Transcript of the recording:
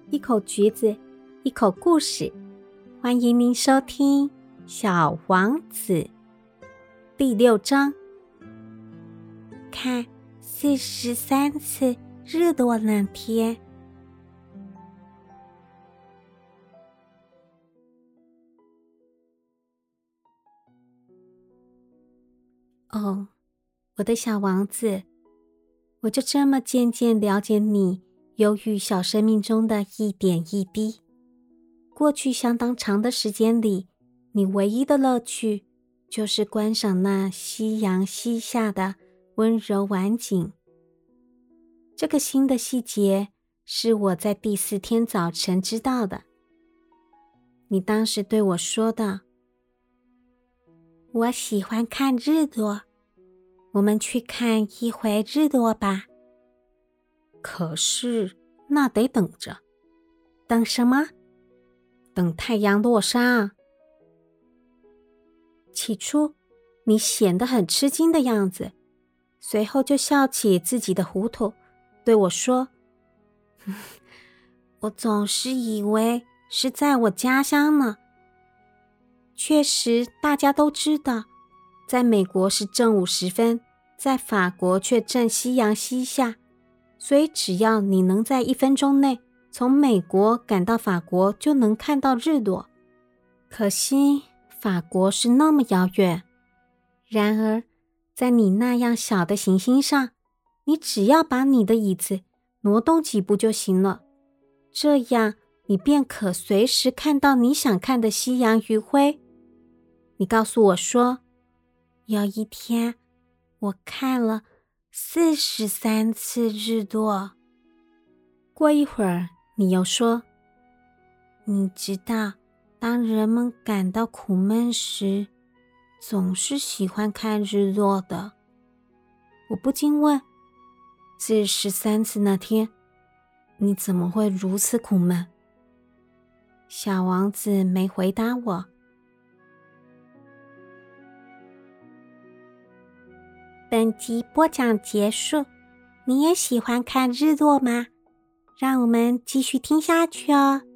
一口橘子，一口故事。欢迎您收听《小王子》第6章。看43次日落那天。哦，我的小王子，我就这么渐渐了解你忧郁小生命中的一点一滴。过去相当长的时间里，你唯一的乐趣就是观赏那夕阳西下的温柔晚景。这个新的细节是我在第4天早晨知道的。你当时对我说的，我喜欢看日落，我们去看一回日落吧。可是那得等着。等什么？等太阳落山啊。起初你显得很吃惊的样子，随后就笑起自己的糊涂，对我说，我总是以为是在我家乡呢。确实大家都知道，在美国是正午时分，在法国却正夕阳西下，所以只要你能在1分钟内从美国赶到法国，就能看到日落。可惜法国是那么遥远。然而在你那样小的行星上，你只要把你的椅子挪动几步就行了，这样你便可随时看到你想看的夕阳余晖。你告诉我说，有一天我看了43次日落。过一会儿你又说，你知道当人们感到苦闷时，总是喜欢看日落的。我不禁问，第13次那天，你怎么会如此苦闷？小王子没回答我。本集播讲结束，你也喜欢看日落吗？让我们继续听下去哦。